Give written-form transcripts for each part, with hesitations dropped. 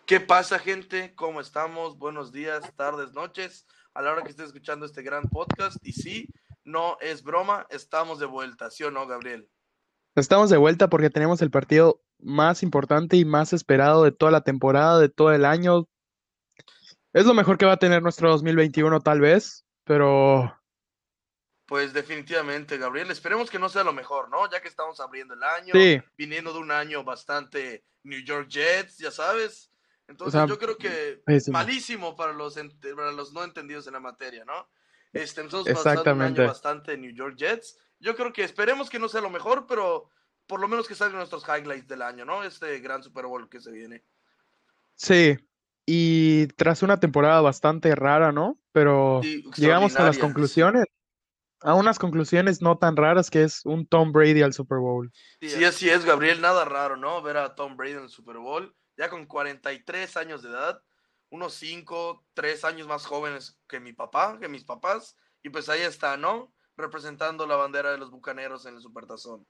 ¿Qué pasa, gente? ¿Cómo estamos? Buenos días, tardes, noches, a la hora que estés escuchando este gran podcast. Y sí, no es broma, estamos de vuelta, ¿sí o no, Gabriel? Estamos de vuelta porque tenemos el partido más importante y más esperado de toda la temporada, de todo el año. Es lo mejor que va a tener nuestro 2021 tal vez, pero Pues definitivamente, Gabriel, esperemos que no sea lo mejor, ¿no? Ya que estamos abriendo el año, sí, viniendo de un año bastante New York Jets, ya sabes. o Entonces sea, yo creo que pésimo. malísimo para los no entendidos en la materia, ¿no? Estamos pasando un año Exactamente. bastante New York Jets. Yo creo que esperemos que no sea lo mejor, pero por lo menos que salgan nuestros highlights del año, ¿no? Este gran Super Bowl que se viene. Sí, y tras una temporada bastante rara, ¿no? Pero Sí, llegamos extraordinaria, sí. a unas conclusiones no tan raras que es un Tom Brady al Super Bowl. Sí, así es, Gabriel, nada raro, ¿no? Ver a Tom Brady en el Super Bowl, ya con 43 años de edad, unos 5, 3 años más jóvenes que mi papá, que mis papás, y pues ahí está, ¿no? Representando la bandera de los Bucaneros en el Supertazón.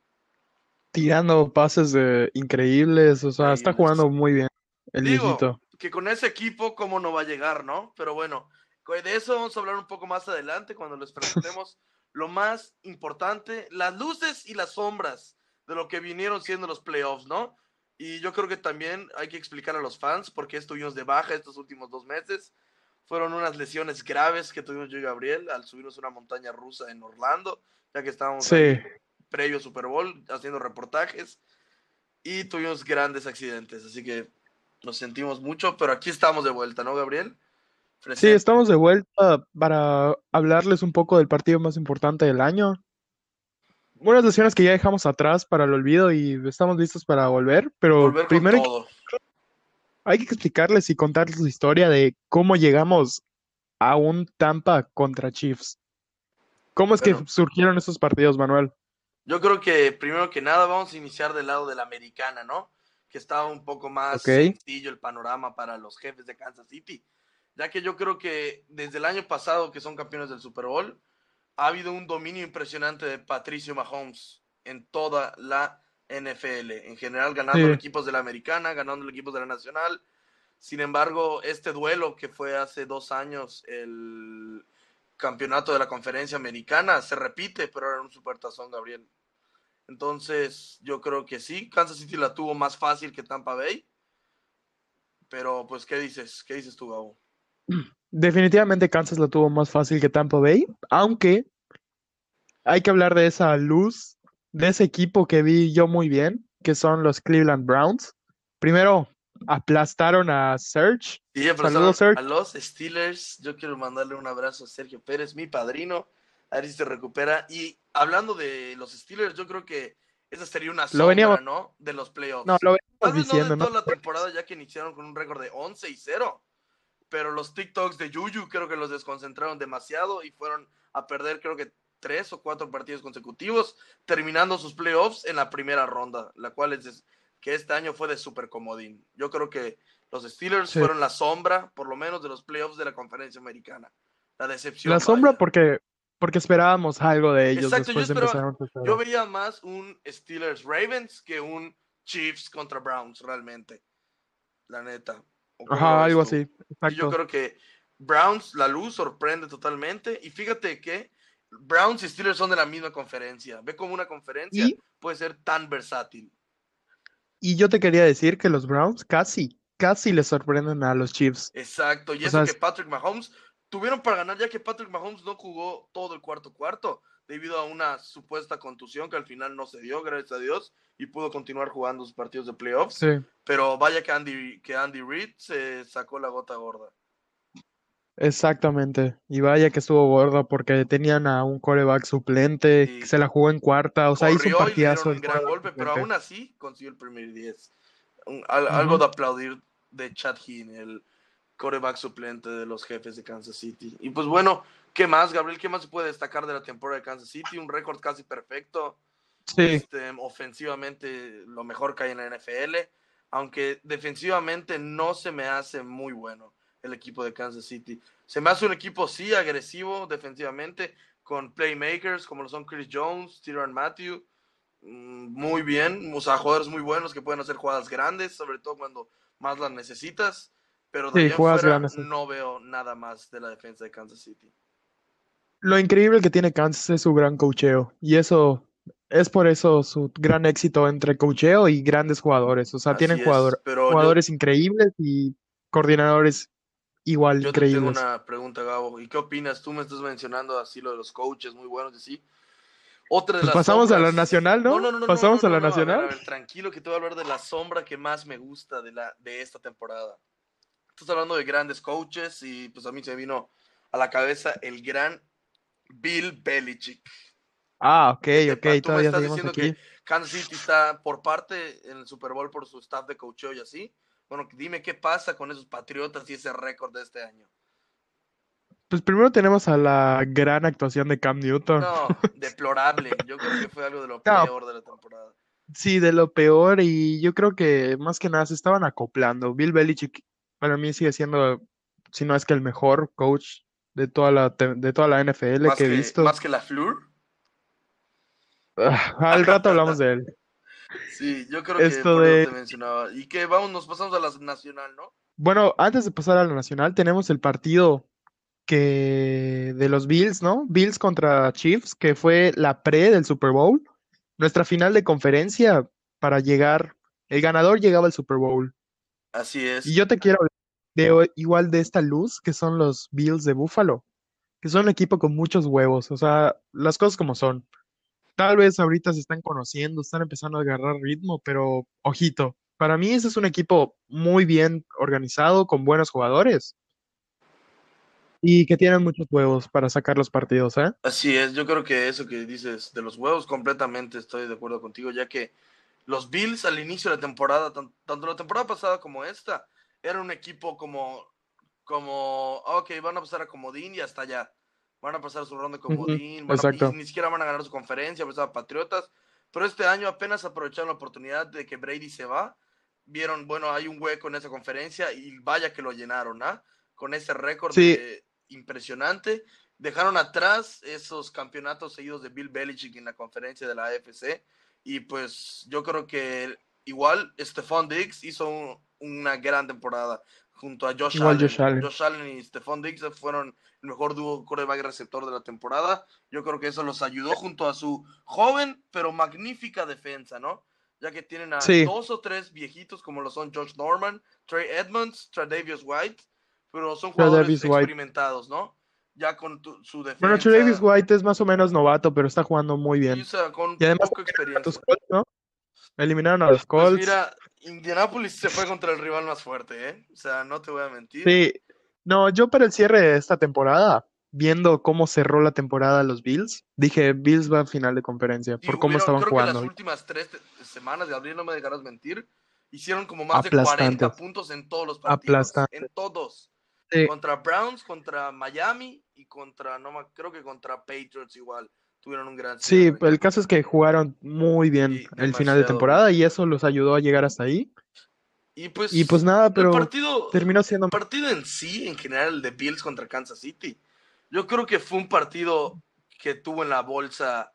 Tirando pases increíbles, o sea, está Increíbles. jugando muy bien el Digo, viejito. que con ese equipo, ¿cómo no va a llegar, no? Pero bueno, de eso vamos a hablar un poco más adelante cuando les presentemos lo más importante, las luces y las sombras de lo que vinieron siendo los playoffs, ¿no? Y yo creo que también hay que explicar a los fans por qué estuvimos de baja estos últimos 2 meses. Fueron unas lesiones graves que tuvimos yo y Gabriel al subirnos una montaña rusa en Orlando, ya que estábamos Sí. ahí previo Super Bowl haciendo reportajes y tuvimos grandes accidentes, así que nos sentimos mucho, pero aquí estamos de vuelta, ¿no, Gabriel? Sí, Presente. estamos de vuelta para hablarles un poco del partido más importante del año. Unas lesiones que ya dejamos atrás para el olvido y estamos listos para volver, pero Volver con primero todo. hay que explicarles y contarles la historia de cómo llegamos a un Tampa contra Chiefs. ¿Cómo es que Bueno, surgieron esos partidos, Manuel? yo creo que primero que nada vamos a iniciar del lado de la americana, ¿no? Que estaba un poco más Ok. sencillo el panorama para los jefes de Kansas City, ya que yo creo que desde el año pasado que son campeones del Super Bowl, ha habido un dominio impresionante de Patricio Mahomes en toda la NFL, en general ganando Sí. equipos de la americana, ganando equipos de la nacional. Sin embargo, este duelo que fue hace 2 años el campeonato de la conferencia americana se repite, pero era un supertazón, Gabriel. Entonces, yo creo que sí, Kansas City la tuvo más fácil que Tampa Bay, pero pues, ¿qué dices? ¿Qué dices tú, Gabo? Definitivamente Kansas la tuvo más fácil que Tampa Bay, aunque hay que hablar de esa luz, de ese equipo que vi yo muy bien, que son los Cleveland Browns. Primero, aplastaron a Serge. Y Saludos, aplazaron Serge. a los Steelers. Yo quiero mandarle un abrazo a Sergio Pérez, mi padrino. A ver si se recupera. Y hablando de los Steelers, yo creo que esa sería una Lo veníamos, sombra, ¿no? De los no, playoffs. lo Tal veníamos vez no de diciendo, ¿no? toda la temporada, ya que iniciaron con un récord de 11-0. Pero los TikToks de Juju creo que los desconcentraron demasiado y fueron a perder, creo que 3 o 4 partidos consecutivos, terminando sus playoffs en la primera ronda, la cual es que este año fue de super comodín. Yo creo que los Steelers Sí. fueron la sombra, por lo menos, de los playoffs de la conferencia americana. La La decepción, sombra vaya. porque esperábamos algo de ellos Exacto, yo después de esperaba, empezar un yo 0. veía más un Steelers Ravens que un Chiefs contra Browns, realmente, la neta. ¿O cómo lo Ajá, ves algo tú? así. Sí, yo Exacto. creo que Browns, la luz sorprende totalmente. Y fíjate que Browns y Steelers son de la misma conferencia. Ve cómo una conferencia Y, puede ser tan versátil. y yo te quería decir que los Browns casi les sorprenden a los Chiefs. Exacto. Y O eso sea, que Patrick Mahomes tuvieron para ganar, ya que Patrick Mahomes no jugó todo el cuarto cuarto debido a una supuesta contusión que al final no se dio, gracias a Dios, y pudo continuar jugando sus partidos de sí. playoffs. Pero vaya que Andy Reid se sacó la gota gorda. Exactamente. Y vaya que estuvo gordo porque tenían a un coreback suplente que Y se la jugó en cuarta. O sea, hizo un corrió y le dieron partidazo un el gran coreback golpe, pero suplente. aún así consiguió el primer 10. Algo Ujú. de aplaudir de Chad Heaney, el coreback suplente de los jefes de Kansas City. Y pues bueno, ¿qué más, Gabriel? ¿Qué más se puede destacar de la temporada de Kansas City? Un récord casi perfecto. Sí. Ofensivamente, lo mejor que hay en la NFL. Aunque defensivamente no se me hace muy bueno el equipo de Kansas City. Se me hace un equipo, sí, agresivo defensivamente, con playmakers como lo son Chris Jones, Tyrann Matthew, muy bien, o sea, jugadores muy buenos que pueden hacer jugadas grandes, sobre todo cuando más la necesitas, pero de Sí, ahí en jugadas fuera grandes. no veo nada más de la defensa de Kansas City. Lo increíble que tiene Kansas es su gran coacheo. Y eso es por eso su gran éxito entre coacheo y grandes jugadores. O sea, tienen Así es, pero jugadores increíbles y coordinadores igual yo te tengo increíbles. una pregunta, Gabo. ¿Y qué opinas? Tú me estás mencionando así lo de los coaches muy buenos y así. Otra de Pues las pasamos a la sombras. nacional, No, ¿no? no, no, no, no, no, Pasamos a no, la no. nacional. A ver, tranquilo que te voy a hablar de la sombra que más me gusta de esta temporada. Estás hablando de grandes coaches y pues a mí se me vino a la cabeza el gran Bill Belichick. Ah, ok, ok, Tú me todavía estás seguimos diciendo que aquí. Kansas City está por parte en el Super Bowl por su staff de coacheo y así. Bueno, dime qué pasa con esos Patriotas y ese récord de este año. Pues primero tenemos a la gran actuación de Cam Newton. No, deplorable. Yo creo que fue algo de lo No, peor de la temporada. sí, de lo peor y yo creo que más que nada se estaban acoplando. Bill Belichick para mí sigue siendo, si no es que el mejor coach de toda la NFL que he visto. Más que la Fleur. Al rato hablamos de él. Sí, yo creo que Esto por eso de, te mencionaba. Y que vamos, nos pasamos a la nacional, ¿no? bueno, antes de pasar a la nacional, tenemos el partido que de los Bills, ¿no? Bills contra Chiefs, que fue la pre del Super Bowl, nuestra final de conferencia para llegar, el ganador llegaba al Super Bowl. Así Y es. yo te quiero hablar igual de esta luz que son los Bills de Buffalo, que son un equipo con muchos huevos, o sea, las cosas como son. Tal vez ahorita se están conociendo, están empezando a agarrar ritmo, pero ojito, para mí ese es un equipo muy bien organizado, con buenos jugadores y que tienen muchos huevos para sacar los partidos, ¿eh? Así es. Yo creo que eso que dices de los huevos, completamente estoy de acuerdo contigo, ya que los Bills al inicio de la temporada, tanto la temporada pasada como esta, era un equipo ok, van a pasar a comodín y hasta allá. Van a pasar su ronda de Ujú, comodín, y exacto. ni siquiera van a ganar su conferencia, pues a Patriotas. Pero este año apenas aprovecharon la oportunidad de que Brady se va. Vieron, bueno, hay un hueco en esa conferencia y vaya que lo llenaron, ¿ah? Con ese récord Sí, de impresionante. Dejaron atrás esos campeonatos seguidos de Bill Belichick en la conferencia de la AFC. Y pues yo creo que igual Stephon Diggs hizo una gran temporada junto a Josh igual Allen. Josh Allen. Josh Allen y Stephon Diggs fueron el mejor dúo quarterback receptor de la temporada. Yo creo que eso los ayudó junto a su joven pero magnífica defensa, ¿no? Ya que tienen a Sí, dos o tres viejitos como lo son Josh Norman, Trey Edmonds, Tre'Davious White, pero son jugadores Davis White. experimentados, ¿no? Ya con su Bueno, Davis defensa White es más o menos novato, pero está jugando muy y o bien. sea, con Y además poca eliminaron a los experiencia. Colts, ¿no? Eliminaron a los Pues Colts. mira, Indianapolis se fue contra el rival más fuerte, ¿eh? O sea, no te voy a mentir. Sí. No, yo para el cierre de esta temporada, viendo cómo cerró la temporada los Bills, dije, Bills va a final de conferencia, Y por cómo estaban creo que las jugando. últimas semanas de abril, no me dejarás mentir, hicieron como más de 40 Aplastantes, puntos en todos los partidos, en aplastantes. todos. Sí. Contra Browns, contra Miami y contra, no creo que contra Patriots igual. Tuvieron un gran Sí, cierre. el caso es que jugaron muy bien Sí, el final de demasiado bien. temporada y eso los ayudó a llegar hasta ahí. Y Y pues pues nada, el pero partido, terminó siendo... el partido en sí, en general, el de Bills contra Kansas City, yo creo que fue un partido que tuvo en la bolsa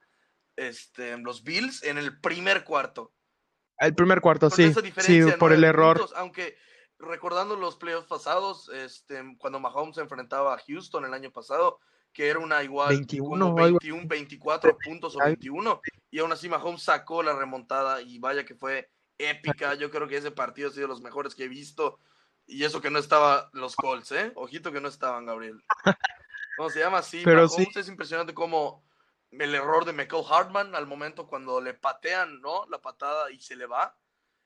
los Bills en el primer cuarto. El primer cuarto, Con sí, esa sí, diferencia de por el 9 error. puntos, aunque recordando los playoffs pasados, cuando Mahomes se enfrentaba a Houston el año pasado, que era una igual 21 como o algo 21, 24 puntos o así. 21, y aún así Mahomes sacó la remontada y vaya que fue épica. Yo creo que ese partido ha sido de los mejores que he visto, y eso que no estaban los Colts, ¿eh? Ojito que no estaban, Gabriel. No, se llama así. Pero sí, Mahomes es impresionante como el error de Michael Hartman al momento cuando le patean, ¿no? La patada y se le va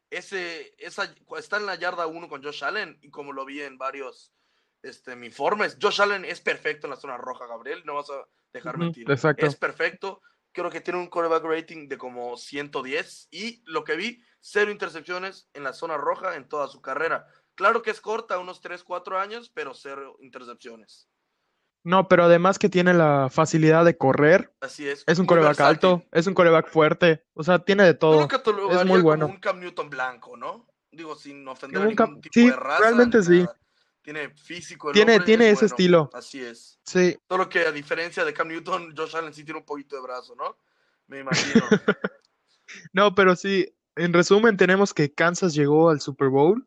está en la yarda 1 con Josh Allen y como lo vi en varios informes, Josh Allen es perfecto en la zona roja, Gabriel, no vas a dejar ujú, mentir. Es exacto. perfecto, creo que tiene un quarterback rating de como 110 y lo que vi, cero intercepciones en la zona roja en toda su carrera. Claro que es corta, unos 3 4 años, pero cero intercepciones. No, pero además que tiene la facilidad de correr, Así es, es un muy coreback alto, versátil. es un coreback fuerte, o sea, tiene de Yo lo todo, es muy catalogaría como bueno. un Cam Newton blanco, ¿no? Digo, sin ofender a Como ningún tipo sí, de raza ni realmente sí, nada. Tiene físico el hombre, es tiene ese bueno. estilo, Así es. sí. Solo que a diferencia de Cam Newton, Josh Allen sí tiene un poquito de brazo, ¿no? Me imagino. No, pero sí, en resumen tenemos que Kansas llegó al Super Bowl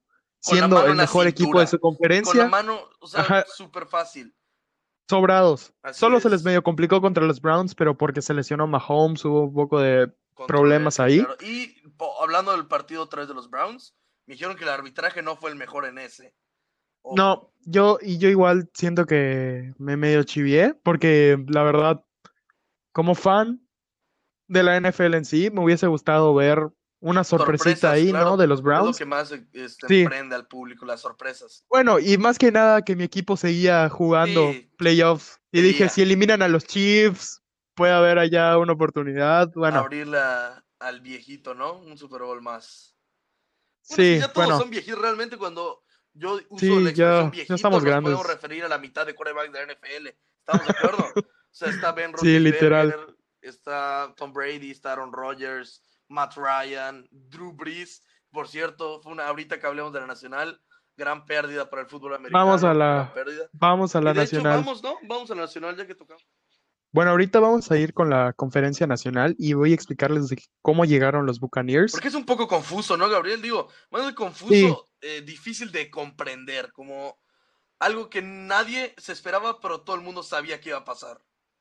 con la siendo mano el en la mejor equipo de cintura, su con la conferencia, mano, o sea, ajá, súper fácil. sobrados. Así Solo se les es. medio complicó contra los Browns, pero porque se lesionó Mahomes, hubo un poco de problemas Controversia, ahí. claro. Y hablando del partido otra vez de los Browns, me dijeron que el arbitraje no fue el mejor en ese. Ojo. No, yo igual siento que me medio chivié, porque la verdad, como fan de la NFL en sí, me hubiese gustado ver una sorpresita Sorpresas, ahí, ¿no? claro. De los Es lo Browns. que más Sí, emprende al público, las sorpresas. bueno, y más que nada que mi equipo seguía jugando Sí, playoffs. Y dije, seguía si eliminan a los Chiefs, puede haber allá una oportunidad. Bueno, abrirla al viejito, ¿no? Un Super Bowl más. Bueno, es que sí, ya todos bueno, son viejitos. Realmente cuando yo uso la sí, expresión ya viejito, estamos nos podemos grandes. referir a la mitad de quarterbacks de la NFL. ¿Estamos de acuerdo? O sea, está Ben Sí, literal. Roethlisberger, está Tom Brady, está Aaron Rodgers, Matt Ryan, Drew Brees. Por cierto, ahorita que hablemos de la Nacional, gran pérdida para el fútbol Vamos a americano, gran pérdida. vamos a Y la de hecho, nacional. vamos, ¿no? Vamos a la Nacional ya que tocamos. Bueno, ahorita vamos a ir con la conferencia nacional y voy a explicarles de cómo llegaron los Buccaneers. Porque es un poco confuso, ¿no, Gabriel? Digo, más de Sí, confuso, difícil de comprender, como algo que nadie se esperaba, pero todo el mundo sabía que iba a pasar.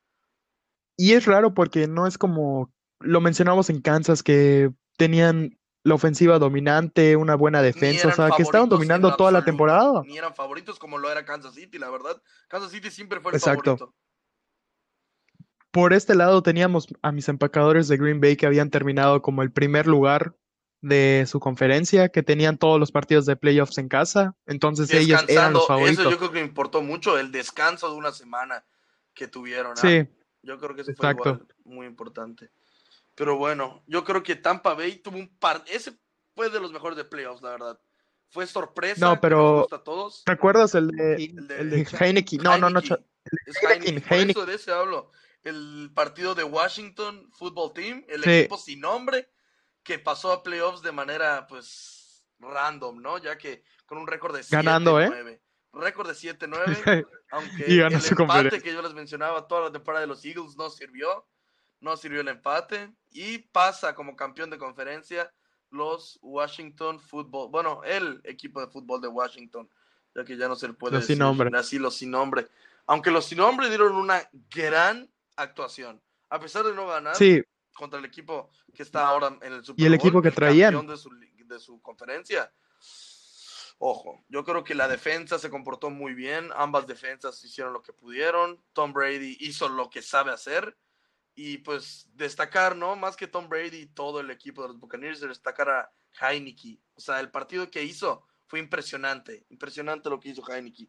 y es raro porque no es como lo mencionamos en Kansas, que tenían la ofensiva dominante, una buena Ni defensa, o eran sea, que estaban favoritos en lo dominando toda la absoluto. temporada. Ni eran favoritos como lo era Kansas City, la verdad. Kansas City siempre fue el Exacto. favorito. Por este lado teníamos a mis empacadores de Green Bay que habían terminado como el primer lugar de su conferencia, que tenían todos los partidos de playoffs en casa, entonces ellos eran los Descansando, eso yo favoritos. creo que me importó mucho, el descanso de una semana que tuvieron, ¿ah? Sí, Yo creo que eso fue exacto. igual muy importante. Pero bueno, yo creo que Tampa Bay tuvo un par. Ese fue de los mejores de playoffs, la verdad. Fue No, sorpresa que nos pero gusta a todos. ¿recuerdas El el de de Heineken? No, no, no, Heineke. Es Heineke. Por eso Heineken. de ese hablo. El partido de Washington Football Team, el Sí, equipo sin nombre, que pasó a playoffs de manera, pues, random, ¿no? Ya que con un récord de siete ganando, ¿eh? nueve Récord de 7-9, Y aunque ganó el su empate conferencia. que yo les mencionaba toda la temporada de los Eagles no sirvió. No sirvió el empate. Y pasa como campeón de conferencia los Washington Football. Bueno, el equipo de fútbol de Washington, ya que ya no se le puede Lo sin decir nombre. así los sin nombre. Aunque los sin nombre dieron una gran actuación. A pesar de no ganar Sí, contra el equipo que está ahora en el y Super el Bowl, equipo que el traían. campeón de su conferencia. Ojo, yo creo que la defensa se comportó muy bien. Ambas defensas hicieron lo que pudieron. Tom Brady hizo lo que sabe hacer. Y pues destacar, ¿no? Más que Tom Brady y todo el equipo de los Buccaneers, destacar a Heineke. O sea, el partido que hizo fue impresionante. Impresionante lo que hizo Heineke.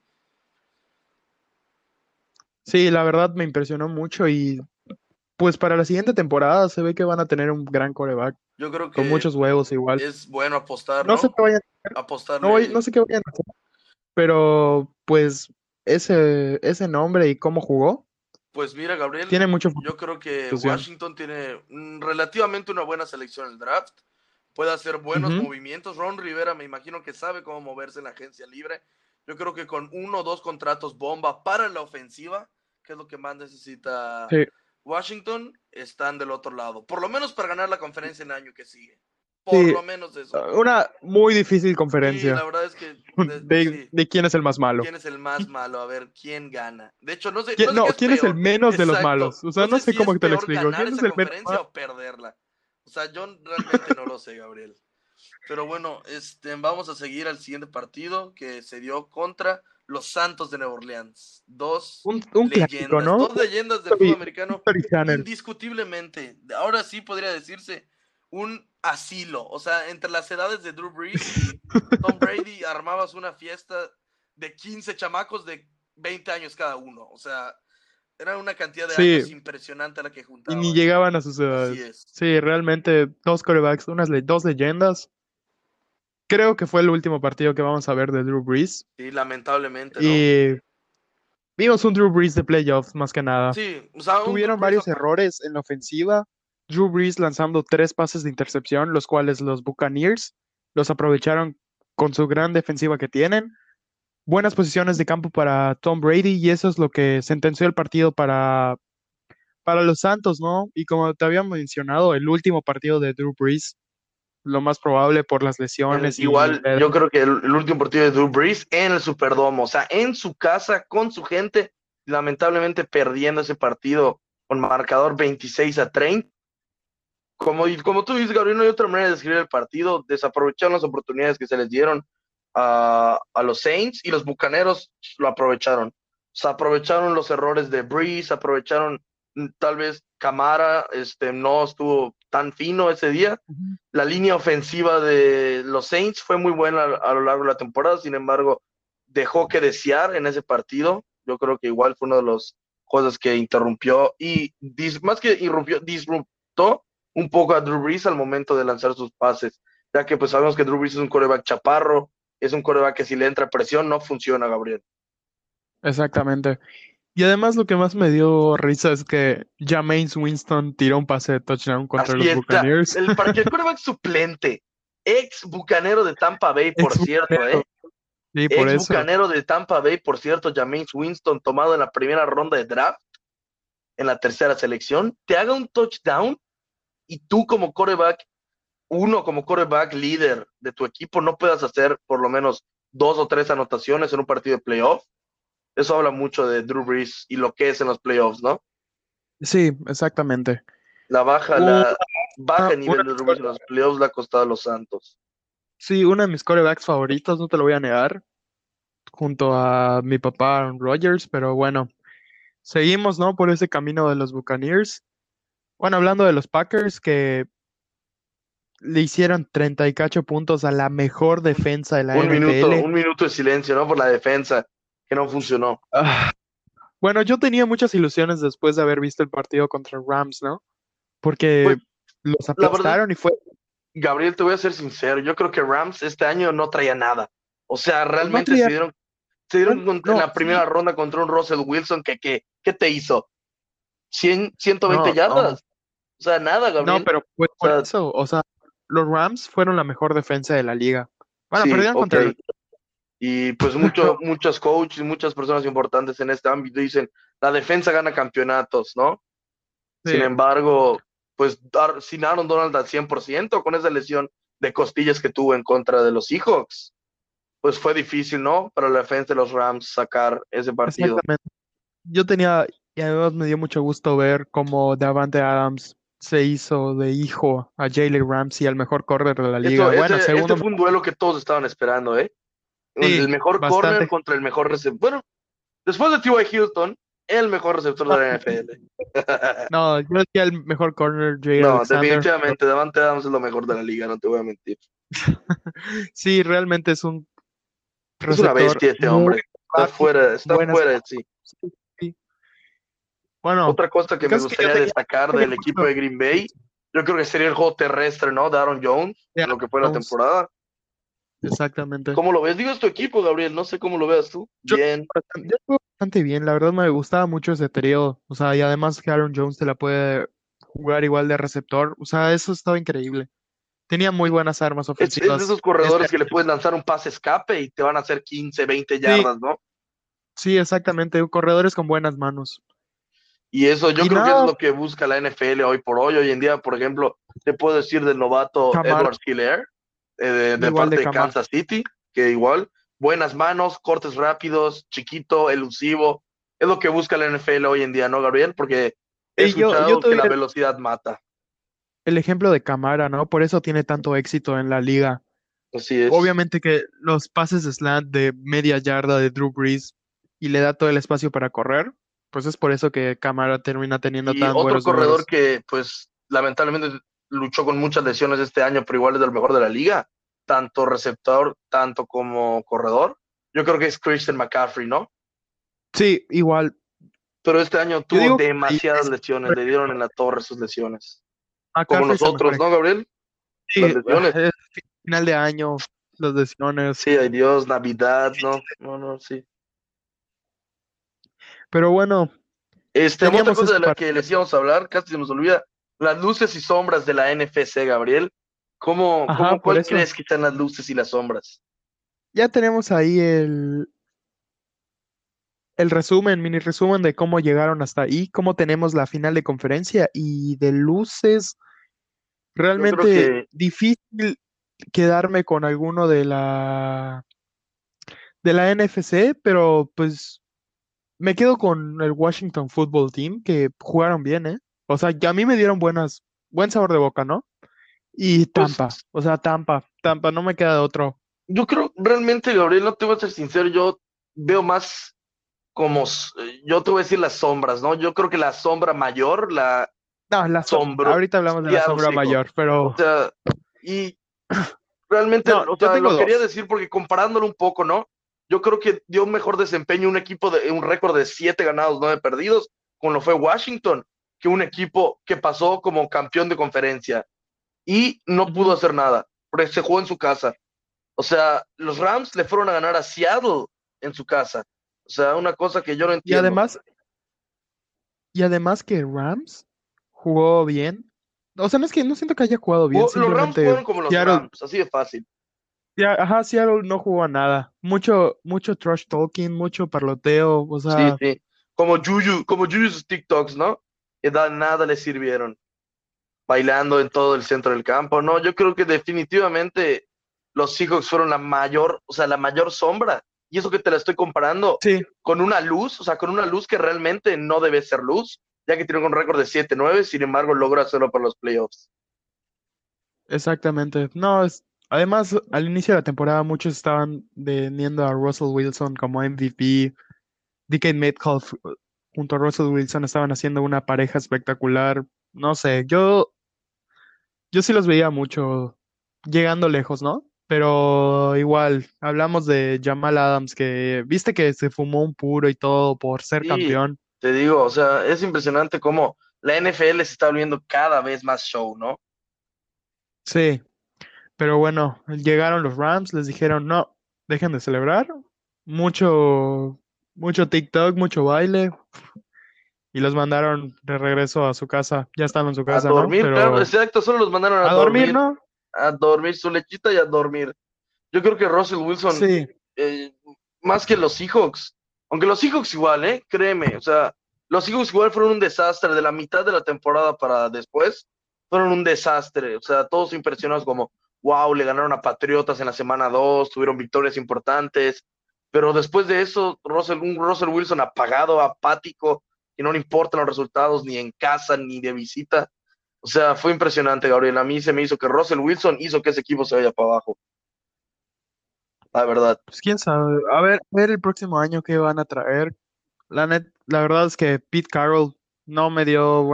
Sí, la verdad me impresionó mucho y pues para la siguiente temporada se ve que van a tener un gran coreback Yo creo con que muchos huevos igual. es bueno apostar, No sé ¿no? qué vayan, no Apostarle. sé qué vayan a hacer, pero pues ese nombre y cómo jugó Pues mira, Gabriel, tiene mucho yo creo que futuro. Washington tiene relativamente una buena selección en el draft. Puede hacer buenos Ujú. movimientos. Ron Rivera me imagino que sabe cómo moverse en la agencia libre. Yo creo que con uno o dos contratos bomba para la ofensiva, que es lo que más necesita Sí, Washington, están del otro lado. Por lo menos para ganar la conferencia en el año que sigue. Por sí, lo menos eso. una muy difícil Sí, la conferencia verdad es que sí. de quién es el más malo. ¿Quién es el más malo? A ver, ¿quién gana? De hecho, no sé, ¿Quién, no sé qué no, es quién es el peor. menos de los Exacto. malos? O sea, No no sé sé si es cómo te lo peor explico. ganar ¿Quién es esa el menos conferencia malo? o perderla. O sea, yo realmente no lo sé, Gabriel. Pero bueno, vamos a seguir al siguiente partido que se dio contra los Santos de Nueva Orleans. Un clásico, ¿no? Dos leyendas del fútbol americano, History Channel. indiscutiblemente. Ahora sí podría decirse un asilo. O sea, entre las edades de Drew Brees y Tom Brady armabas una fiesta de 15 chamacos de 20 años cada uno. O sea, era una cantidad de Sí, años impresionante la que y ni juntaban. llegaban a sus Así edades. es. Sí, realmente dos corebacks, dos leyendas. Creo que fue el último partido que vamos a ver de Drew Brees. Sí, lamentablemente, ¿no? Y vimos un Drew Brees de playoffs más que nada. Sí, o sea, un Drew Tuvieron Brees varios errores en la ofensiva. Drew Brees lanzando 3 pases de intercepción, los cuales los Buccaneers los aprovecharon con su gran defensiva que tienen. Buenas posiciones de campo para Tom Brady y eso es lo que sentenció el partido para los Santos, ¿no? Y como te había mencionado, el último partido de Drew Brees lo más probable por las lesiones y Igual, yo creo que el último partido de Drew Brees en el Superdome, o sea, en su casa, con su gente, lamentablemente perdiendo ese partido con marcador 26-30. Como tú dices, Gabriel, no hay otra manera de describir el partido. Desaprovecharon las oportunidades que se les dieron a los Saints y los Bucaneros lo aprovecharon. O sea, aprovecharon los errores de Breeze, aprovecharon tal vez Camara, no estuvo tan fino ese día. Ujú. La línea ofensiva de los Saints fue muy buena a lo largo de la temporada, sin embargo, dejó que desear en ese partido. Yo creo que igual fue una de las cosas que interrumpió y más que irrumpió, disruptó un poco a Drew Brees al momento de lanzar sus pases, ya que pues sabemos que Drew Brees es un quarterback chaparro, es un quarterback que si le entra presión no funciona, Gabriel. Exactamente. Y además lo que más me dio risa es que Jameis Winston tiró un pase de touchdown contra Así los está. Buccaneers. Para que el quarterback suplente, ex bucanero de Tampa Bay, por Ex cierto, Bucanero. Sí, por ex eso. bucanero de Tampa Bay, por cierto, Jameis Winston, tomado en la primera ronda de draft, en la tercera selección, te haga un touchdown y tú como quarterback, como quarterback líder de tu equipo, no puedas hacer por lo menos 2 o 3 anotaciones en un partido de playoff. Eso habla mucho de Drew Brees y lo que es en los playoffs, ¿no? Sí, exactamente. La baja, Una, la baja una nivel de de mis Drew Brees en los playoffs le ha costado a los Santos. sí, uno de mis quarterbacks favoritos, no te lo voy a negar, junto a mi papá Aaron Rodgers, pero bueno, seguimos, ¿no? Por ese camino de los Buccaneers. Bueno, hablando de los Packers, que le hicieron 30 y cacho puntos a la mejor defensa de la NFL. Un minuto de silencio, ¿no? Por la defensa, que no funcionó. Ah, bueno, yo tenía muchas ilusiones después de haber visto el partido contra Rams, ¿no? Pues, Porque los la verdad, aplastaron y fue, Gabriel, te voy a ser sincero, yo creo que Rams este año no traía nada. O sea, no realmente traía, en no, la primera sí, ronda contra un Russell Wilson ¿qué te hizo? 120 no, no, yardas. O sea, nada, no, Gabriel. pero pues O por sea, eso, o sea, los Rams fueron la mejor defensa de la liga. Bueno, sí, perdieron ok. contra los, Y pues pero muchos coaches y muchas personas importantes en este ámbito dicen, la defensa gana campeonatos, ¿no? Sin sí, embargo, pues sin Aaron Donald al 100% con esa lesión de costillas que tuvo en contra de los Seahawks, pues fue difícil, ¿no? Para la defensa de los Rams sacar ese partido. exactamente. Yo tenía, y además me dio mucho gusto ver cómo Davante Adams se hizo de hijo a Jalen Ramsey, el mejor corner de la liga. Bueno, Este segundo, fue un duelo que todos estaban esperando, ¿eh? El sí, mejor corner bastante. contra el mejor receptor. Bueno, después de T.Y. Hilton, el mejor receptor de la NFL. No, yo decía el mejor corner, Jay No, Alexander, pero definitivamente, Davante Adams es lo mejor de la liga, no te voy a mentir. sí, realmente es un Es una receptor bestia ese muy hombre. rápido, Está buenas fuera de manos. sí. Sí, sí. Bueno, Otra cosa que el me caso es que gustaría destacar tenía del equipo mucho de Green Bay, yo creo que sería el juego terrestre, ¿no? De Aaron Jones, de en lo Aaron que fue la Jones, temporada. exactamente. ¿Cómo lo ves? Digo, es tu equipo, Gabriel, no sé cómo lo veas tú. Bien. Yo estuve bastante bien, la verdad me gustaba mucho ese trío, o sea, y además que Aaron Jones te la puede jugar igual de receptor, o sea, eso estaba increíble. Tenía muy buenas armas Es de ofensivas. esos corredores que le puedes lanzar un pase escape y te van a hacer 15, 20 Sí, yardas, ¿no? sí, exactamente, corredores con buenas manos. Y eso yo Y creo que eso es nada, lo que busca la NFL hoy por hoy. Hoy en día, por ejemplo, te puedo decir del novato Camara, Edward Helaire, de igual de parte de Camara. Kansas City, que igual, buenas manos, cortes rápidos, chiquito, elusivo. Es lo que busca la NFL hoy en día, ¿no, Gabriel? Porque he Y yo escuchado te que doy la velocidad mata. el ejemplo de Camara, ¿no? Por eso tiene tanto éxito en la liga. Así es. Obviamente que los pases de slant de media yarda de Drew Brees y le da todo el espacio para correr, pues es por eso que Camara termina teniendo Y tan otro buenos corredor números. que, pues, lamentablemente luchó con muchas lesiones este año, pero igual es del mejor de la liga, tanto receptor, tanto como corredor. Yo creo que es Christian McCaffrey, ¿no? Sí, igual. Pero este año Yo tuvo digo que ahí demasiadas lesiones, le dieron en la torre sus lesiones. Como McCaffrey es el mejor nosotros, ¿no, ejemplo. Gabriel? Las Sí, lesiones. es final de año, las lesiones. Sí, ay Dios, Navidad, no, no, no, sí. Pero bueno, Otra teníamos cosa ese de la que partido. les íbamos a hablar, casi se nos olvida, las luces y sombras de la NFC, Gabriel. Ajá, por ¿Cuál eso. crees que están las luces y las sombras? Ya tenemos ahí el resumen, mini resumen de cómo llegaron hasta ahí, cómo tenemos la final de conferencia y de luces. Yo creo Realmente que, difícil quedarme con alguno de la NFC, pero pues me quedo con el Washington Football Team, que jugaron bien, ¿eh? O sea, que a mí me dieron buen sabor de boca, ¿no? Y pues, Tampa, o sea, Tampa, no me queda de otro. yo creo realmente, Gabriel, no te voy a ser sincero, yo veo más como, yo te voy a decir las sombras, ¿no? Yo creo que la sombra mayor, la No, sombro, ahorita hablamos de la Seattle sombra Seahawks. mayor, O pero sea, y realmente, no, o yo sea, tengo lo quería dos. decir porque comparándolo un poco, ¿no? Yo creo que dio un mejor desempeño un equipo de un récord de 7 ganados, 9 perdidos, como lo fue Washington, que un equipo que pasó como campeón de conferencia y no pudo Ujú. hacer nada, porque se jugó en su casa. O sea, los Rams le fueron a ganar a Seattle en su casa. O sea, una cosa que yo no Y entiendo. además, y además que Rams jugó bien. O sea, no es que no siento que haya jugado bien, Los Rams simplemente jugaron como los Seattle, Rams, así de fácil. ajá, Seattle no jugó a nada. Mucho trash talking, mucho parloteo, o Sí, sea, sí. Como Juju sus TikToks, ¿no? Que nada le sirvieron. Bailando en todo el centro del campo. No, yo creo que definitivamente los Seahawks fueron la mayor, o sea, la mayor sombra. Y eso que te la estoy comparando sí, con una luz, o sea, con una luz que realmente no debe ser luz, ya que tiene un récord de 7-9, sin embargo logra hacerlo para los playoffs. exactamente. No, además, al inicio de la temporada muchos estaban teniendo a Russell Wilson como MVP. DK Metcalf junto a Russell Wilson estaban haciendo una pareja espectacular. No sé, yo sí los veía mucho llegando lejos, ¿no? Pero igual, hablamos de Jamal Adams, que viste que se fumó un puro y todo por ser Sí, campeón. te digo, o sea, es impresionante cómo la NFL se está volviendo cada vez más show, ¿no? Sí, pero bueno, llegaron los Rams, les dijeron, no, dejen de celebrar. Mucho, mucho TikTok, mucho baile, y los mandaron de regreso a su casa. Ya están en su A casa, ¿no? dormir, claro, Pero exacto, solo los mandaron a dormir, ¿no? a dormir su lechita y a dormir. Yo creo que Russell Wilson, Sí, eh, más que los Seahawks, aunque los Seahawks igual, créeme, o sea, los Seahawks igual fueron un desastre de la mitad de la temporada para después, fueron un desastre, o sea, todos impresionados como, wow, le ganaron a Patriotas en la semana 2, tuvieron victorias importantes, pero después de eso, un Russell Wilson apagado, apático, y no le importan los resultados ni en casa ni de visita. O sea, fue impresionante, Gabriel. A mí se me hizo que Russell Wilson hizo que ese equipo se vaya para abajo, la verdad. pues quién sabe. A ver el próximo año qué van a traer. La verdad es que Pete Carroll no me dio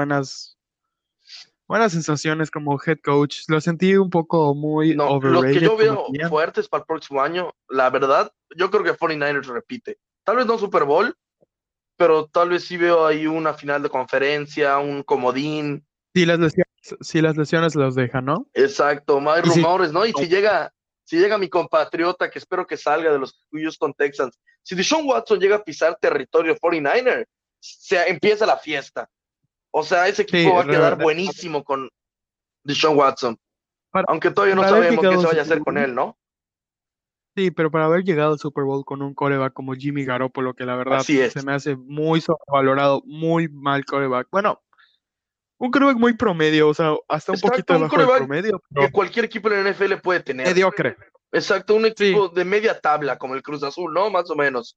buenas sensaciones como head coach. Lo sentí un poco muy No, los que overrated yo como veo GM. fuertes para el próximo año, la verdad, yo creo que 49ers repite. Tal vez no Super Bowl, pero tal vez sí veo ahí una final de conferencia, un comodín. Si las lesiones los dejan, ¿no? Exacto, más Y si, rumores, ¿no? Y si llega mi compatriota, que espero que salga de los Houston Texans, si Deshaun Watson llega a pisar territorio 49er, se empieza la fiesta. O sea, ese sí, equipo va a quedar buenísimo con Deshaun Watson, para, aunque todavía no para haber sabemos qué llegado se al vaya a Super hacer con Bowl, él, ¿no? sí, pero para haber llegado al Super Bowl con un coreback como Jimmy Garoppolo, que la verdad Así es. se me hace muy sobrevalorado, muy mal coreback. Bueno, un coreback muy promedio, o sea, hasta un poquito Exacto, un debajo del coreback promedio, que pero cualquier equipo en la NFL puede tener. mediocre. Exacto, un Sí. equipo de media tabla como el Cruz Azul, ¿no? Más o menos.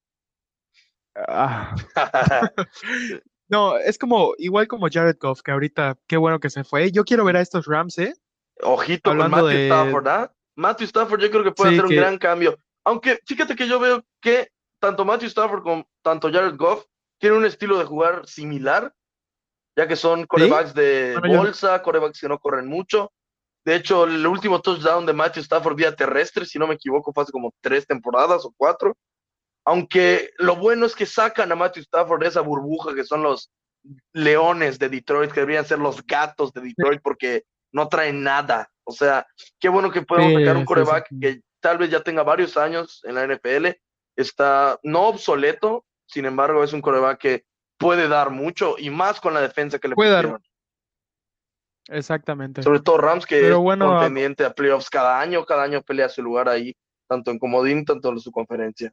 Ah. No, es como, igual como Jared Goff, que ahorita, qué bueno que se fue. Yo quiero ver a estos Rams, ¿eh? Ojito con Hablando Matthew de, Stafford, ¿ah? Matthew Stafford yo creo que puede sí, hacer un que, gran cambio. Aunque fíjate que yo veo que tanto Matthew Stafford como tanto Jared Goff tienen un estilo de jugar similar, ya que son ¿sí? corebacks de Bueno, yo no. bolsa, corebacks que no corren mucho. De hecho, el último touchdown de Matthew Stafford vía terrestre, si no me equivoco, fue hace como 3 temporadas o 4. Aunque lo bueno es que sacan a Matthew Stafford de esa burbuja que son los leones de Detroit, que deberían ser los gatos de Detroit porque no traen nada. O sea, qué bueno que podemos sacar un Sí, sí, sí, coreback sí. que tal vez ya tenga varios años en la NFL, está no obsoleto, sin embargo es un coreback que puede dar mucho y más con la defensa que le Puede dar, pusieron. exactamente. Sobre todo Rams, que Pero es bueno, contendiente a playoffs cada año pelea su lugar ahí, tanto en comodín, tanto en su conferencia.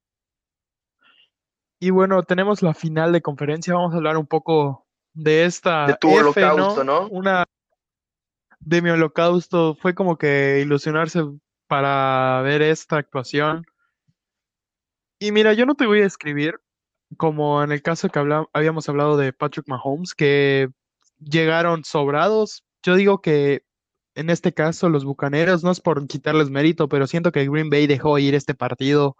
y bueno, tenemos la final de conferencia. Vamos a hablar un poco de De esta tu F, holocausto, ¿no? ¿no? de mi holocausto. Fue como que ilusionarse para ver esta actuación. Y mira, yo no te voy a escribir como en el caso que habíamos hablado de Patrick Mahomes, que llegaron sobrados. Yo digo que en este caso los Bucaneros, no es por quitarles mérito, pero siento que Green Bay dejó ir este partido.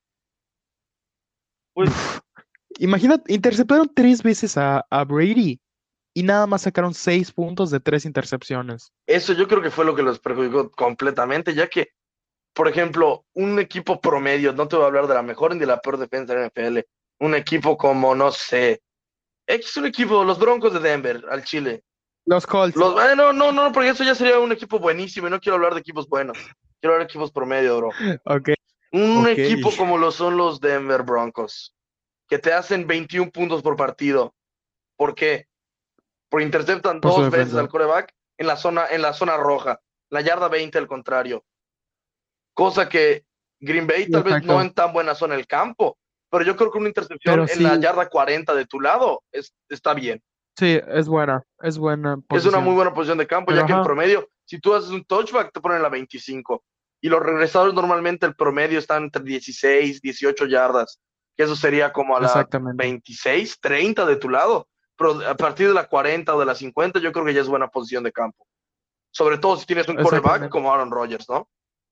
Pues Imagínate, interceptaron 3 veces a Brady y nada más sacaron 6 puntos de 3 intercepciones. eso yo creo que fue lo que los perjudicó completamente, ya que, por ejemplo, un equipo promedio, no te voy a hablar de la mejor ni de la peor defensa de la NFL, un equipo como, no sé, X un equipo, los Broncos de Denver, al Chile. Los Colts, No, no, no, porque eso ya sería un equipo buenísimo y no quiero hablar de equipos buenos, quiero hablar de equipos promedio, bro. ok, Un ok. equipo como lo son los Denver Broncos, que te hacen 21 puntos por partido. ¿Por qué? Porque interceptan Por su 2 veces defensa. al quarterback en la zona roja, la yarda 20 al contrario. Cosa que Green Bay Sí, tal vez no exacto. en tan buena zona del campo, pero yo creo que una intercepción Pero en la sí, yarda 40 de tu lado está bien. sí, es buena Es una muy posición. buena posición de campo, Pero ya que en ajá, promedio, si tú haces un touchback, te ponen la 25. Y los regresadores normalmente el promedio están entre 16, 18 yardas, que eso sería como a la exactamente. 26, 30 de tu lado. Pero a partir de la 40 o de la 50, yo creo que ya es buena posición de campo. Sobre todo si tienes un quarterback Exactamente. como Aaron Rodgers, ¿no?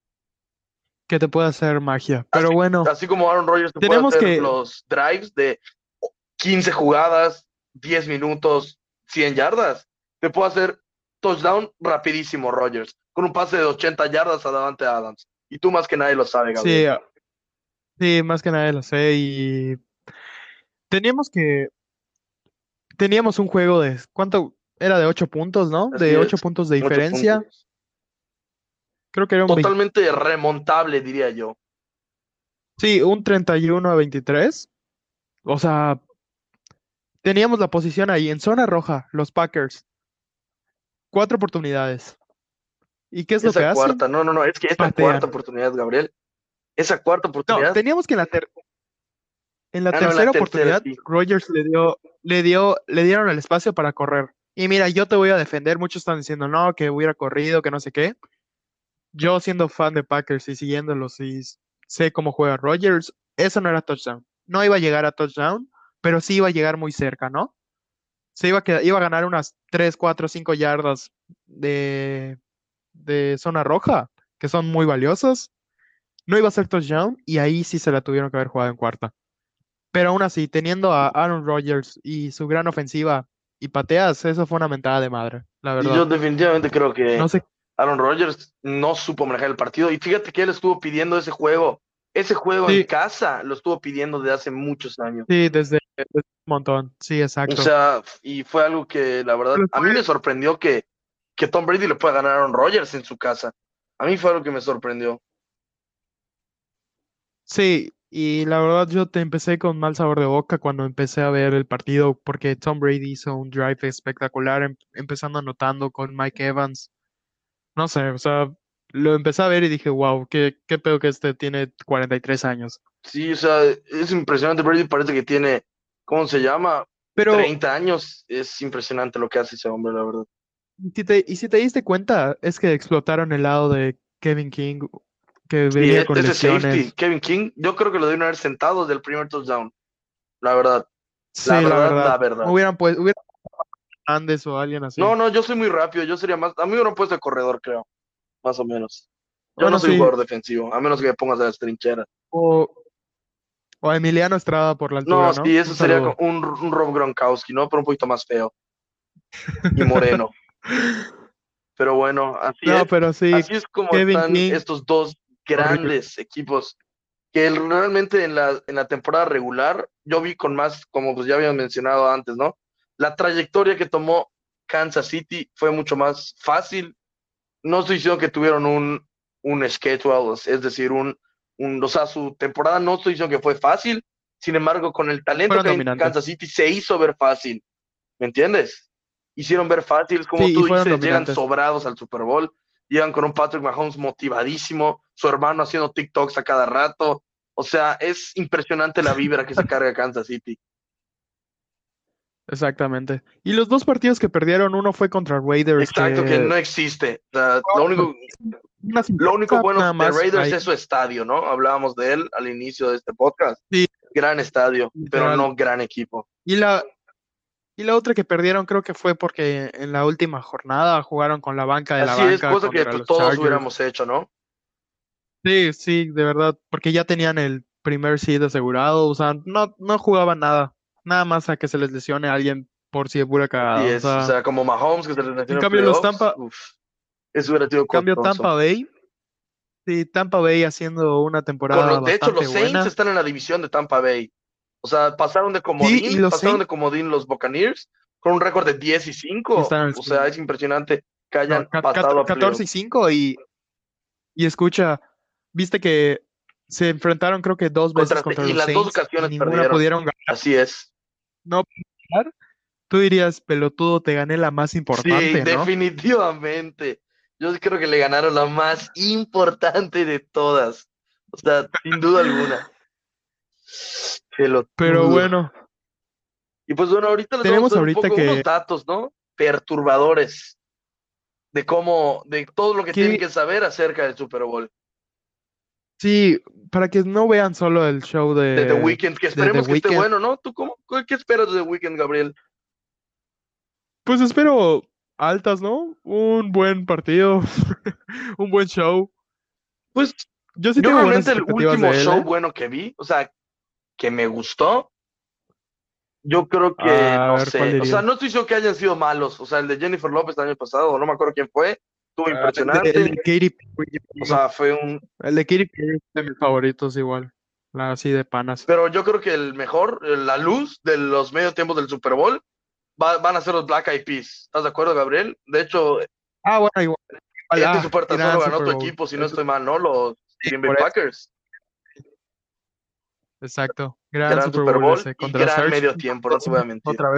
Que te puede hacer magia. Pero Así, bueno, así como Aaron Rodgers te puede tenemos hacer que, los drives de 15 jugadas, 10 minutos, 100 yardas. Te puede hacer touchdown rapidísimo, Rodgers, con un pase de 80 yardas a Davante Adams. Y tú más que nadie lo sabe, sí, Gabriel. sí, más que nada lo sé. Y teníamos que, teníamos un juego de, ¿cuánto? Era de 8 puntos, ¿no? Así De es, 8 puntos de 8 diferencia. puntos. Creo que era un 20, Totalmente remontable, diría yo. sí, un 31-23. O sea, teníamos la posición ahí en zona roja, los Packers. 4 oportunidades. ¿Y qué es lo que Esa hacen? cuarta, no, no, no, es que esta cuarta Patean. oportunidad, Gabriel, esa cuarta No, oportunidad, teníamos que en la no, en la tercera tercera, oportunidad, sí. Rogers le dieron el espacio para correr. Y mira, yo te voy a defender. Muchos están diciendo, no, que hubiera corrido, que no sé qué. Yo siendo fan de Packers y siguiéndolos y sé cómo juega Rogers, eso no era touchdown. No iba a llegar a touchdown, pero sí iba a llegar muy cerca, ¿no? Iba a ganar unas 3 4 5 yardas de, de zona roja, que son muy valiosas. No iba a ser touchdown y ahí sí se la tuvieron que haber jugado en cuarta. Pero aún así, teniendo a Aaron Rodgers y su gran ofensiva y pateas, eso fue una mentada de madre, la Y verdad. yo definitivamente creo que No sé, Aaron Rodgers no supo manejar el partido. Y fíjate que él estuvo pidiendo ese juego. Ese juego en sí, casa lo estuvo pidiendo desde hace muchos años. sí, desde un montón, sí, O exacto. sea, y fue algo que la verdad, Pero a mí fue- me sorprendió que Tom Brady le pueda ganar a Aaron Rodgers en su casa. A mí fue algo que me sorprendió. Sí, y la verdad yo te empecé con mal sabor de boca cuando empecé a ver el partido porque Tom Brady hizo un drive espectacular, empezando anotando con Mike Evans. No sé, o sea, lo empecé a ver y dije, wow, qué pedo que este tiene 43 años. Sí, o sea, es impresionante. Brady parece que tiene, ¿cómo se llama? Pero 30 años. Es impresionante lo que hace ese hombre, la verdad. si te diste cuenta, es que explotaron el lado de Kevin King, que Sí, venía con ese safety, lesiones. Kevin King, yo creo que lo debieron haber sentado desde el primer touchdown. La verdad, la Sí, la verdad, verdad. la verdad. Hubieran Andes o alguien No, así. no, yo soy muy rápido, yo sería más, a mí me hubieran puesto de corredor, creo, más o menos. Yo no Bueno, soy un sí. jugador defensivo, a menos que me pongas a las trincheras. O, o a Emiliano Estrada por la No, altura, ¿no? sí, eso Un sería saludo. un Rob Gronkowski, ¿no? Pero un poquito más feo y moreno. Pero bueno, No, pero sí, así es como Kevin están King, estos dos horrible. grandes equipos que realmente en la temporada regular yo vi con más, como pues ya habíamos mencionado antes, ¿no? La trayectoria que tomó Kansas City fue mucho más fácil. No estoy diciendo que tuvieron un schedule, es decir, o sea, su temporada no estoy diciendo que fue fácil, sin embargo, con el talento Fueron que hay en Kansas dominantes. City se hizo ver fácil, ¿me entiendes? Hicieron ver fácil, como Sí, y tú fueron dices, llegan dominantes. sobrados al Super Bowl, llegan con un Patrick Mahomes motivadísimo, su hermano haciendo TikToks a cada rato, o sea, es impresionante la vibra que se carga Kansas City. exactamente. Y los dos partidos que perdieron, uno fue contra Raiders, Exacto, que que no existe. O sea, una lo único sorpresa, bueno nada de más. Raiders Ahí. es su estadio, ¿no? Hablábamos de él al inicio de este podcast. Sí, Gran estadio, pero literal. no gran equipo. Y la, y la otra que perdieron creo que fue porque en la última jornada jugaron con la banca de la Así es, banca cosa que contra pues los todos Chargers. hubiéramos hecho, ¿no? Sí, sí, de verdad, porque ya tenían el primer seed asegurado, o sea, no jugaban nada, nada más a que se les lesione a alguien por si de pura Así cagada, o es, o sea, sea, como Mahomes que se les metió en en cambio los playoffs, Tampa, eso hubiera sido cambio costoso. Tampa Bay, sí, Tampa Bay haciendo una temporada De hecho, bastante los Saints buena, están en la división de Tampa Bay. O sea, sí, y los pasaron de Saints comodín los Buccaneers con un récord de 10 y y 5. están al O sea, 100. es impresionante que No, hayan pasado a 14 playoff. y 5 y escucha, viste que se enfrentaron creo que dos veces contra Y los las dos Saints y ocasiones ninguna perdieron. pudieron ganar, Así es. no pudieron ganar. Tú dirías, pelotudo, te gané la más Sí, importante, ¿no? definitivamente. Yo creo que le ganaron la más importante de todas. O sea, sin duda alguna. Pero Pelotudo. bueno, Y pues bueno, ahorita les vamos a tenemos dar un ahorita poco unos que, datos, ¿no? Perturbadores de todo lo que tienen que que saber acerca del Super Bowl. sí, para que no vean solo el show De The Weeknd, que de The esperemos que esté Weeknd, bueno, ¿no? ¿Qué esperas de The Weeknd, Gabriel? pues espero altas, ¿no? Un buen partido, un buen show. Pues Yo sí yo tengo buenas realmente el expectativas último de él, show ¿eh? bueno que vi, o sea, que me gustó, yo creo que, A no ver, ¿cuál sé, o sea, dirías? no estoy seguro que hayan sido malos, o sea, el de Jennifer López el año pasado, no me acuerdo quién fue, estuvo El de impresionante, Katy o Perry, sea, fue un, el de Katy Perry es de mis favoritos igual, así de panas. pero yo creo que el mejor, la luz de los medio tiempos del Super Bowl van a ser los Black Eyed Peas, ¿estás de acuerdo, Gabriel? De hecho, Ah, bueno, igual, este supertazón lo gran ganó Super tu Bowl. equipo, si no Eso estoy mal, ¿no? Los sí, Green Bay por eso, Packers. exacto. Gran Gran Super Super Bowl Bowl ese y contra gran Search medio tiempo, no te voy a mentir. otra vez.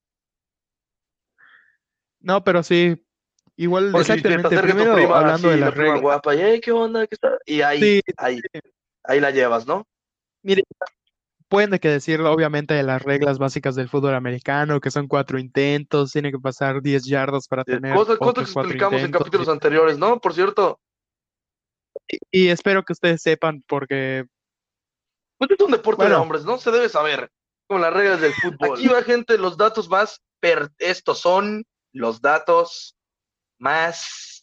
No, pero sí, igual, Porque si te exactamente. acerca tu Primero, prima hablando de así, la las prima reglas. guapa, y ¿qué onda? ¿Qué está? Y Sí, ahí la llevas, ¿no? mire, pueden de que decirlo, obviamente, de las reglas básicas del fútbol americano, que son 4 intentos, tiene que pasar 10 yardas para tener Cosas que otros cuatro explicamos en intentos. capítulos anteriores, ¿no? Por cierto, Y espero que ustedes sepan, porque, pues es un deporte de bueno, hombres, ¿no? Se debe saber, con las reglas del fútbol. Aquí aquí, va, gente, los datos más, estos son los datos más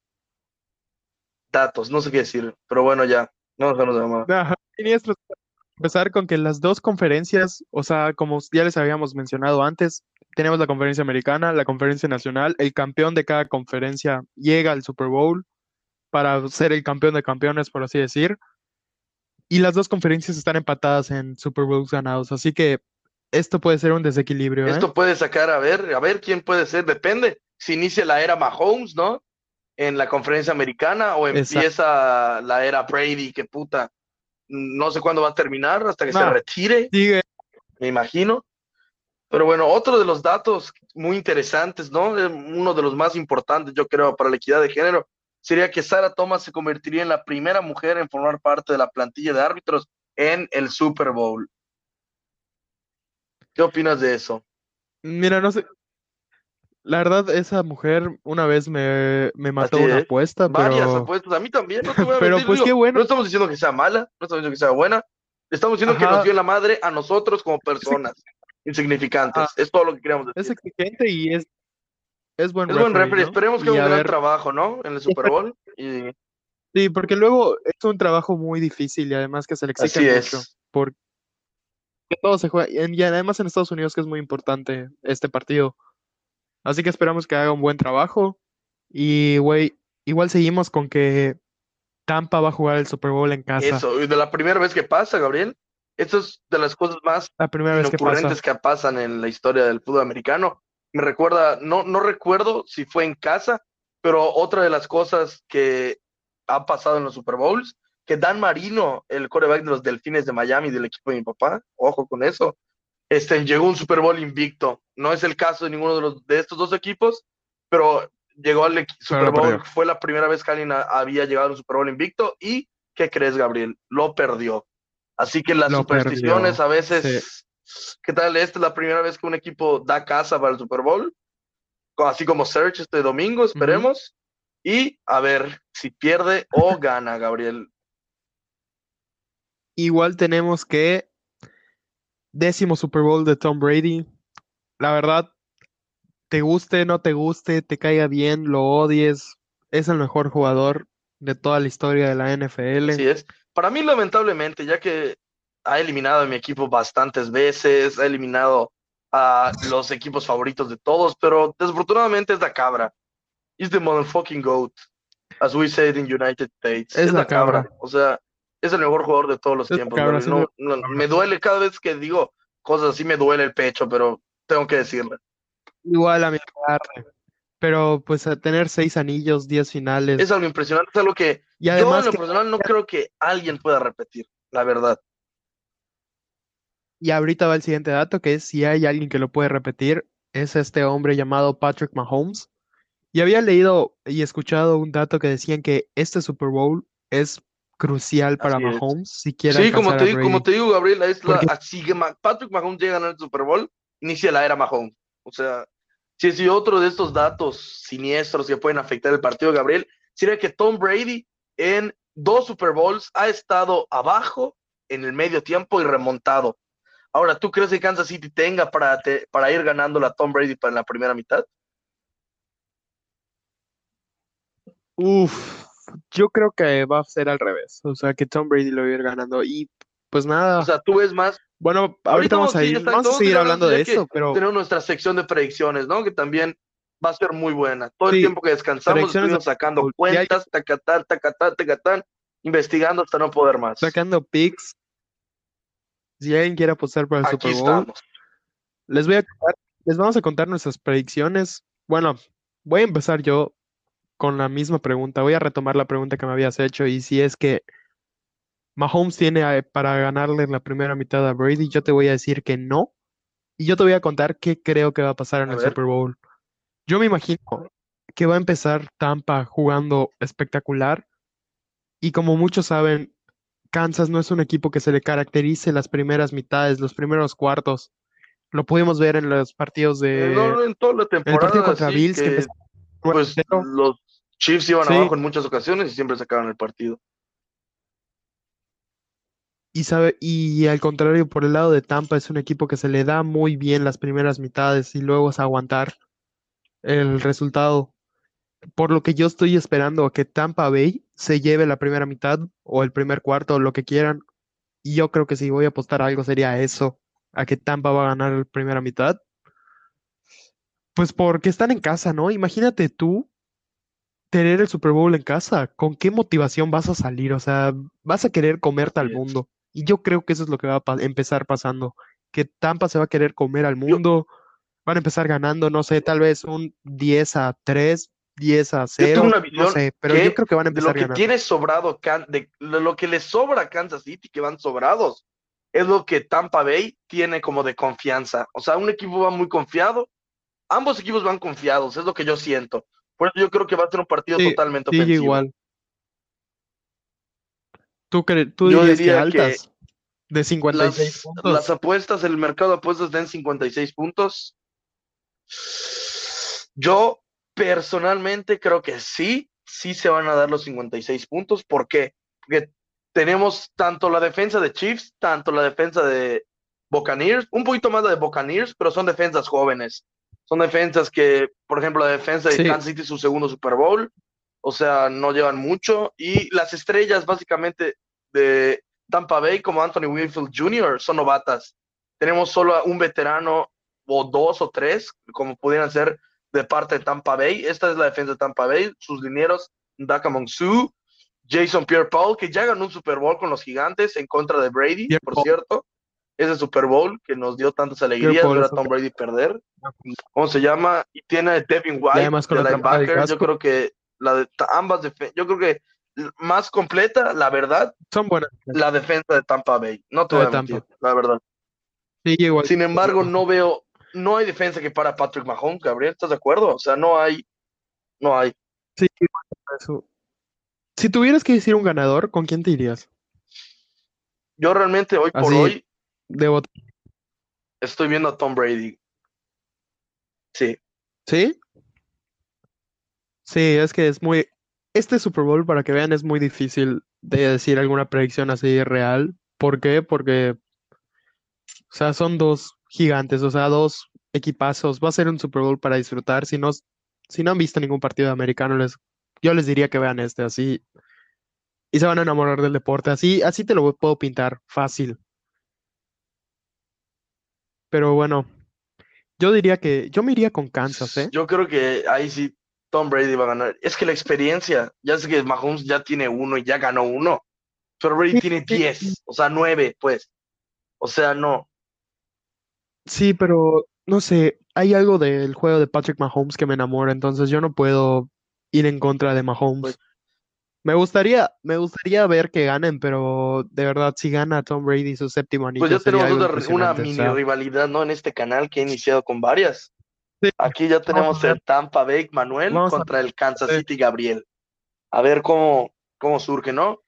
datos, no sé qué decir, pero bueno, ya, no nos vamos a llamar. ajá, siniestros, empezar con que las dos conferencias, o sea, como ya les habíamos mencionado antes, tenemos la conferencia americana, la conferencia nacional, el campeón de cada conferencia llega al Super Bowl para ser el campeón de campeones, por así decir. Y las dos conferencias están empatadas en Super Bowls ganados, así que esto puede ser un desequilibrio, ¿eh? Esto puede sacar, a ver quién puede ser, depende. Si inicia la era Mahomes, ¿no? En la conferencia americana o Exacto. empieza la era Brady, que puta, no sé cuándo va a terminar, hasta que se No, retire, sigue. me imagino. Pero bueno, otro de los datos muy interesantes, ¿no? Uno de los más importantes, yo creo, para la equidad de género, sería que Sarah Thomas se convertiría en la primera mujer en formar parte de la plantilla de árbitros en el Super Bowl. ¿Qué opinas de eso? Mira, no sé, la verdad, esa mujer una vez me mató Así una es. apuesta, Varias apuestas. A mí también, no te voy a pero mentir. pues qué Digo, bueno. no estamos diciendo que sea mala, no estamos diciendo que sea buena. Estamos diciendo que nos Ajá, dio la madre a nosotros como es, ex- personas ajá, insignificantes. Es todo lo que queríamos es decir. exigente y es buen Es buen referee, referee. ¿no? Esperemos que Y haga un a gran ver, trabajo, ¿no? En el y Super Bowl. Y sí, porque luego es un trabajo muy difícil y además que se le exige así mucho, es. porque todo se juega, y además en Estados Unidos que es muy importante este partido. Así que esperamos que haga un buen trabajo. Y, güey, igual seguimos con que Tampa va a jugar el Super Bowl en casa. Eso. Y de la primera vez que pasa, Gabriel, esto es de las cosas más La primera vez que pasa. inocurrentes que pasan en la historia del fútbol americano. Me recuerda, no recuerdo si fue en casa, pero otra de las cosas que ha pasado en los Super Bowls, que Dan Marino, el quarterback de los Delfines de Miami, del equipo de mi papá, ojo con eso, llegó a un Super Bowl invicto. No es el caso de ninguno de estos dos equipos, pero llegó al Pero Super lo Bowl, perdió. fue la primera vez que alguien había llegado a un Super Bowl invicto y, ¿qué crees, Gabriel? Lo perdió. Así que las Lo supersticiones perdió. a Sí. veces ¿Qué tal? Esta es la primera vez que un equipo da casa para el Super Bowl, así como Search este domingo, Ujú. esperemos. Y a ver si pierde o gana, Gabriel. Igual tenemos que 10º Super Bowl de Tom Brady. La verdad, te guste, no te guste, te caiga bien, lo odies, es el mejor jugador de toda la historia de la NFL. Así es. Para mí, lamentablemente, ya que ha eliminado a mi equipo bastantes veces, ha eliminado a los equipos favoritos de todos, pero desafortunadamente es la cabra. Is the motherfucking GOAT, as we say it in United States. Es Es la la cabra. cabra, O sea, es el mejor jugador de todos los es la tiempos, cabra, Gabriel. simplemente la Me cabra. duele cada vez que digo cosas así, me duele el pecho, pero tengo que decirle. Igual a mi carne, pero pues a tener 6 anillos, 10 finales, Es algo impresionante, es algo que y yo en además lo que, personal no creo que alguien pueda repetir, la verdad. y ahorita va el siguiente dato, que es si hay alguien que lo puede repetir, es este hombre llamado Patrick Mahomes. Y había leído y escuchado un dato que decían que este Super Bowl es crucial para Así es. Mahomes si quiere Sí, alcanzar a como Brady. te digo, Gabriel, es la, Porque así que Patrick Mahomes llega a ganar el Super Bowl, inicia la era Mahomes. O sea, si otro de estos datos siniestros que pueden afectar el partido, Gabriel, sería que Tom Brady en 2 Super Bowls ha estado abajo en el medio tiempo y remontado. Ahora, ¿tú crees que Kansas City tenga para ir ganando la Tom Brady para la primera mitad? Uff, yo creo que va a ser al revés. O sea, que Tom Brady lo va a ir ganando. Y pues O nada, sea, tú ves más. bueno, ahorita Ahorita vamos, sí, exacto, vamos a vamos a ir seguir hablando hablando de ya que eso, pero tenemos nuestra sección de predicciones, ¿no? Que también va a ser muy buena. Todo el sí, tiempo que descansamos predicciones de estuvimos sacando Super Bowl. Y alguien cuentas, tacatán, tacatán, tacatán, investigando hasta no poder más. sacando picks, si alguien quiere apostar para el Aquí Super Bowl, estamos. les voy a contar- les vamos a contar nuestras predicciones. Bueno, voy a empezar yo con la misma pregunta. Voy a retomar la pregunta que me habías hecho y si es que Mahomes tiene para ganarle en la primera mitad a Brady, yo te voy a decir que no. Y yo te voy a contar qué creo que va a pasar en A el ver, Super Bowl. Yo me imagino que va a empezar Tampa jugando espectacular y como muchos saben, Kansas no es un equipo que se le caracterice las primeras mitades, los primeros cuartos. Lo pudimos ver en los partidos no, de, no, en toda la en el partido temporada, contra sí, Bills que que empezó 9 pues 0. los Chiefs iban Sí, abajo en muchas ocasiones y siempre sacaban el partido. y al contrario, por el lado de Tampa es un equipo que se le da muy bien las primeras mitades y luego es aguantar el resultado. Por lo que yo estoy esperando a que Tampa Bay se lleve la primera mitad o el primer cuarto o lo que quieran. Y yo creo que si voy a apostar a algo sería a eso, a que Tampa va a ganar la primera mitad. Pues porque están en casa, ¿no? Imagínate tú tener el Super Bowl en casa. ¿Con qué motivación vas a salir? O sea, vas a querer comerte al Así es. mundo. Y yo creo que eso es lo que va a empezar pasando. Que Tampa se va a querer comer al Yo, mundo. Van a empezar ganando, no sé, tal vez un 10-3, diez a yo tengo cero, una no visión sé, pero yo que creo que van a de lo empezar que ganando. tiene sobrado, de lo que le sobra a Kansas City, que van sobrados, es lo que Tampa Bay tiene como de confianza. O sea, un equipo va muy confiado, ambos equipos van confiados, es lo que yo siento. Por eso yo creo que va a ser un partido Sí, totalmente sí, yo ofensivo. igual. ¿Tú Yo dirías que diría que altas de 56 las puntos? apuestas, el mercado de apuestas den 56 puntos. Yo personalmente creo que sí, sí se van a dar los 56 puntos. ¿Por qué? Porque tenemos tanto la defensa de Chiefs, tanto la defensa de Buccaneers, un poquito más la de Buccaneers, pero son defensas jóvenes. Son defensas que, por ejemplo, la defensa de Sí, Kansas City es su segundo Super Bowl, o sea, no llevan mucho. Y las estrellas básicamente de Tampa Bay, como Anthony Winfield Jr., son novatas. Tenemos solo a un veterano o dos o tres, como pudieran ser de parte de Tampa Bay. Esta es la defensa de Tampa Bay. Sus linieros, Ndaka Monsu, Jason Pierre-Paul, que ya ganó un Super Bowl con los Gigantes en contra de Brady, Pierre por Paul, cierto. Ese Super Bowl que nos dio tantas Pierre alegrías Paul ver a es un Tom Brady perder. crack. ¿Cómo se llama? Y tiene a Devin Y White además con de la trampa del linebacker. Yo casco, creo que ambas, yo creo que más completa, la verdad, son buenas la defensa de Tampa Bay. No te la voy de a mentir, Tampa. la verdad. Sí, yo igual. Sin embargo, no hay defensa que para Patrick Mahomes, Gabriel, ¿estás de acuerdo? O sea, no hay. Sí, igual eso. Si tuvieras que decir un ganador, ¿con quién te irías? Yo realmente hoy por Así, hoy, de voto. Estoy viendo a Tom Brady. Sí. ¿Sí? Sí, es que es muy... Este Super Bowl, para que vean, es muy difícil de decir alguna predicción así real. ¿Por qué? Porque, o sea, son dos gigantes, o sea, dos equipazos. Va a ser un Super Bowl para disfrutar. Si no han visto ningún partido americano, yo les diría que vean este, así, y se van a enamorar del deporte. Así te lo puedo pintar, fácil. Pero bueno, yo diría que yo me iría con Kansas, ¿eh? Yo creo que ahí sí Tom Brady va a ganar. Es que la experiencia, ya sé que Mahomes ya tiene uno y ya ganó uno, pero Brady Sí, tiene sí, 10, o sea, 9, pues. O sea, no. sí, pero no sé, hay algo del juego de Patrick Mahomes que me enamora, entonces yo no puedo ir en contra de Pues, Mahomes. Me gustaría ver que ganen, pero de verdad, si gana Tom Brady su séptimo pues anillo ya sería tenemos algo una impresionante. O mini sea, rivalidad, ¿no? En este canal que he iniciado con varias. sí, Aquí ya vamos tenemos a ver, el Tampa Bay Manuel vamos a contra el Kansas ver. City Gabriel. A ver cómo surge, ¿no?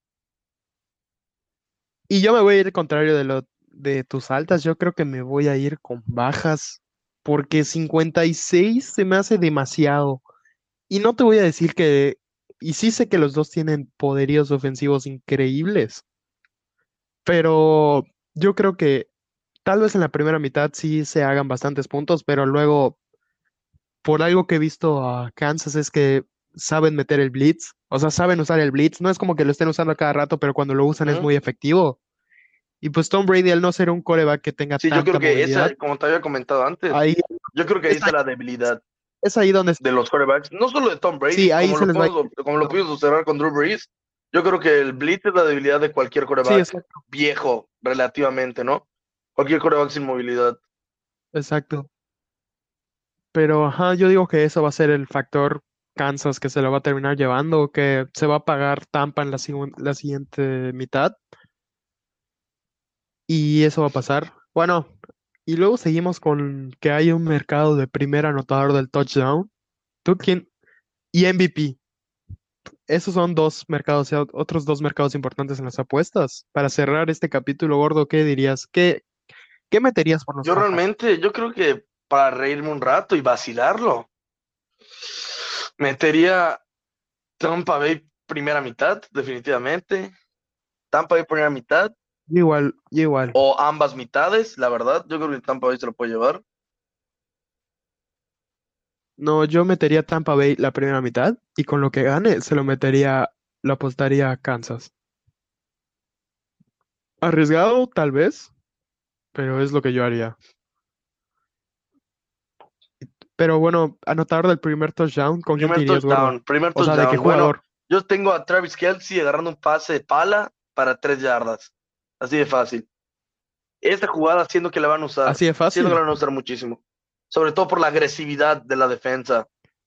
Y yo me voy a ir contrario de tus altas, yo creo que me voy a ir con bajas, porque 56 se me hace demasiado. Y no te voy a decir y sí sé que los dos tienen poderíos ofensivos increíbles, pero yo creo que tal vez en la primera mitad sí se hagan bastantes puntos, pero luego, por algo que he visto a Kansas es que saben meter el blitz, o sea, saben usar el blitz, no es como que lo estén usando a cada rato, pero cuando lo usan es Ujú. muy efectivo. Y pues Tom Brady, al no ser un coreback que tenga Sí, yo creo tanta que movilidad, esa, como te había comentado antes, ahí yo creo que ahí es está ahí, la debilidad es ahí donde, de los quarterbacks, no solo de Tom sí, Brady, ahí se les va a ir. como lo pudimos observar con Drew Brees. Yo creo que el blitz es la debilidad de cualquier Sí, quarterback exacto, viejo, relativamente, ¿no? Cualquier quarterback sin movilidad. exacto. Pero ajá, yo digo que eso va a ser el factor Kansas que se lo va a terminar llevando, que se va a pagar Tampa en la siguiente mitad, y eso va a pasar. Bueno, y luego seguimos con que hay un mercado de primer anotador del touchdown. ¿Tú quién? Y MVP. Esos son dos mercados, o sea, otros dos mercados importantes en las apuestas. Para cerrar este capítulo gordo, ¿qué dirías? ¿Qué meterías por los Yo jajas? realmente, yo creo que para reírme un rato y vacilarlo, metería Tampa Bay primera mitad, definitivamente. Tampa Bay primera mitad, Igual, igual. o ambas mitades, la verdad. Yo creo que Tampa Bay se lo puede llevar. No, yo metería Tampa Bay la primera mitad y con lo que gane lo apostaría a Kansas. Arriesgado, tal vez, pero es lo que yo haría. Pero bueno, anotador del primer touchdown, ¿con quién te Primer irías, gordo? touchdown, primer O sea, ¿de qué touchdown. Bueno, jugador? yo tengo a Travis Kelce agarrando un pase de pala para 3 yardas. Así de fácil. Esta jugada siento que la van a usar. Así de Siento que fácil. la van a usar muchísimo. Sobre todo por la agresividad de la defensa.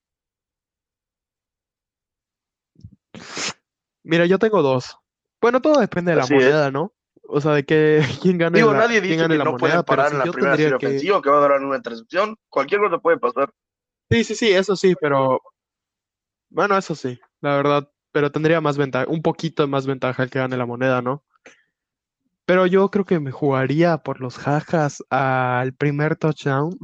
Mira, yo tengo dos. Bueno, todo depende de la Así es. moneda, ¿no? O sea, de Digo, nadie quién dice gane que la no pueden moneda, pero parar en si la yo primera tendría serie que... ofensiva, que va a durar una intercepción. Cualquier cosa puede pasar. Sí, sí, sí, eso sí, pero bueno, eso sí, la verdad, pero tendría más ventaja, un poquito más ventaja el que gane la moneda, ¿no? Pero yo creo que me jugaría por los jajas al primer touchdown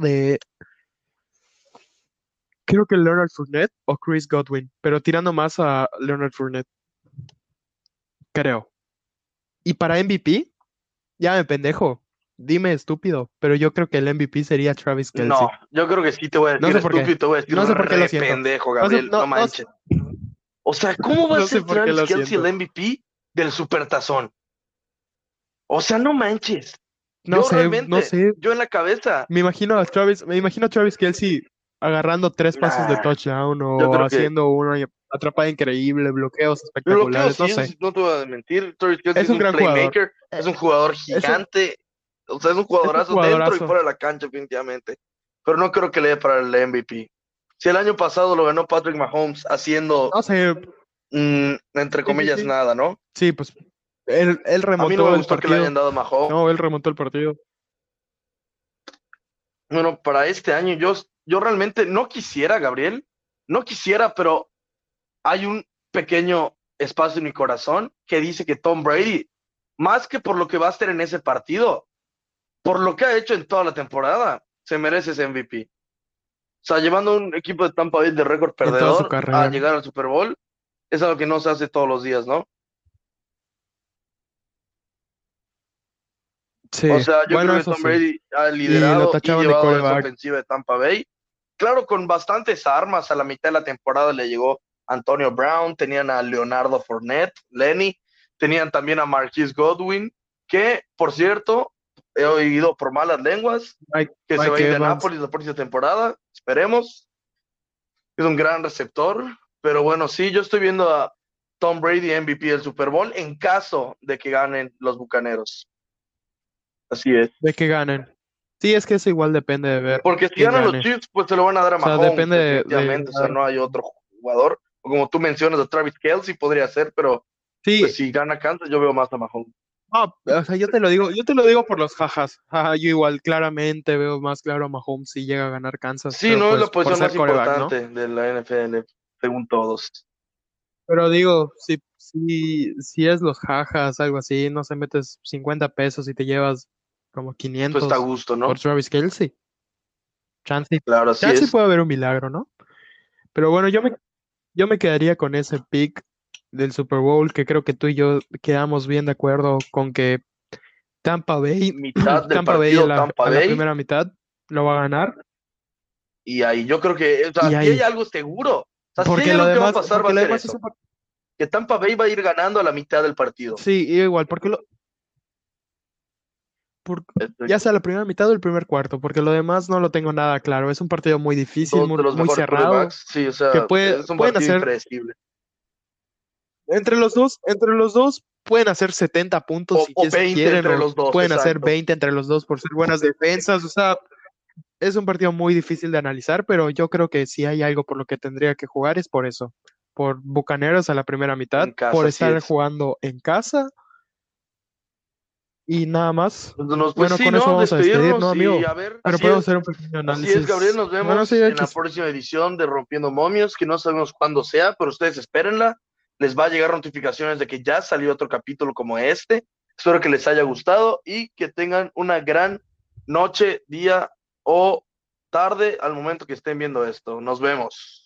creo que Leonard Fournette o Chris Godwin, pero tirando más a Leonard Fournette, creo. Y para MVP, ya me pendejo, dime estúpido, pero yo creo que el MVP sería Travis No, Kelce. yo creo que sí te voy a No decir sé por qué, estúpido y te voy a decir no sé por qué lo re siento. pendejo, No sé, Gabriel. No manches. O sea, ¿cómo va a no sé ser por qué Travis lo Kelce el siento. MVP del Supertazón? O sea, no manches. No sé, no Realmente, sé. yo en la cabeza, Me imagino a Travis Kelce agarrando tres pases de nah, touchdown yo o creo que haciendo una atrapada increíble, bloqueos bloqueo espectaculares, no sí, eso sé. sí, no te voy a mentir. Travis Kelce Es es un un gran jugador. playmaker, es Eh, un jugador Es un, gigante, o sea, es un es un jugadorazo dentro y jugadorazo. fuera de la cancha, definitivamente. Pero no creo que le dé para el MVP. Si el año pasado lo ganó Patrick Mahomes haciendo, No sé. entre Sí, sí, comillas, sí. nada, ¿no? Sí, pues él A mí no me remontó el gustó que le hayan partido. dado a Mahomes. No, él remontó el partido. Bueno, para este año yo realmente no quisiera, Gabriel, no quisiera, pero hay un pequeño espacio en mi corazón que dice que Tom Brady, más que por lo que va a hacer en ese partido, por lo que ha hecho en toda la temporada, se merece ese MVP. O sea, llevando un equipo de Tampa Bay de récord en toda su perdedor a carrera. llegar al Super Bowl, es algo que no se hace todos los días, ¿no? O Sí, sea, yo creo bueno, que eso Tom sí. Brady ha Y lo liderado y tachaban de llevado esa quarterback. ofensiva de Tampa Bay. Claro, con bastantes armas. A la mitad de la temporada le llegó Antonio Brown, tenían a Leonardo Fournette, Lenny, tenían también a Marquise Godwin, que, por cierto, he oído por malas lenguas que se va Mike a Evans. Indianapolis la próxima temporada. Esperemos. Es un gran receptor. Pero bueno, sí, yo estoy viendo a Tom Brady MVP del Super Bowl en caso de que ganen los Bucaneros. Así es. De que ganen. Sí, es que eso igual depende de ver Porque si quién ganan los gane. Chiefs, pues se lo van a dar a O sea, Mahomes, depende de definitivamente. O sea, no hay otro jugador. O como tú mencionas, a Travis Kelce podría ser, pero pues Sí, si gana Kansas, yo veo más a Mahomes. no, o sea, yo te lo digo por los jajas. Jaja, yo igual claramente veo más claro a Mahomes si llega a ganar Kansas, Sí, pero no es la pues por posición ser más coreback, ¿no? importante de la NFL, según todos. Pero digo, si es los jajas, algo así, no sé, metes 50 pesos y te llevas como Pues está a 500 gusto, por ¿no? Travis Kelce. Chance, Claro, así chance es. puede haber un milagro, ¿no? Pero bueno, yo me quedaría con ese pick del Super Bowl, que creo que tú y yo quedamos bien de acuerdo con que Tampa Bay, Mitad del Tampa Bay partido Tampa a la Bay. primera mitad lo va a ganar. Y ahí yo creo que, o sea, Y si hay ahí, algo seguro. O sea, si hay algo que va a pasar, va porque a lo ser demás es eso. Que Tampa Bay va a ir ganando a la mitad del partido. sí, igual, por- Este, ya sea la primera mitad o el primer cuarto, porque lo demás no lo tengo nada claro. Es un partido muy difícil, dos de los muy mejores cerrado, quarterbacks. Sí, o que sea, es un pueden partido hacer, impredecible. entre los dos pueden hacer 70 puntos O si 20 quieren, entre o los dos, pueden hacer exacto. 20 entre los dos por ser buenas defensas. O sea, es un partido muy difícil de analizar, pero yo creo que si hay algo por lo que tendría que jugar es por eso, por Bucaneros a la primera mitad, En casa, por así estar es. jugando en casa y nada más. Pues Bueno, sí, con eso ¿no? vamos a despedir, ¿no, Despedirnos y amigo? a ver, Pero podemos hacer un pequeño así es, Gabriel, análisis. nos Bueno, sí, vemos en la X. próxima edición de Rompiendo Momios, que no sabemos cuándo sea, pero ustedes espérenla, les va a llegar notificaciones de que ya salió otro capítulo como este. Espero que les haya gustado y que tengan una gran noche, día o tarde al momento que estén viendo esto. Nos vemos.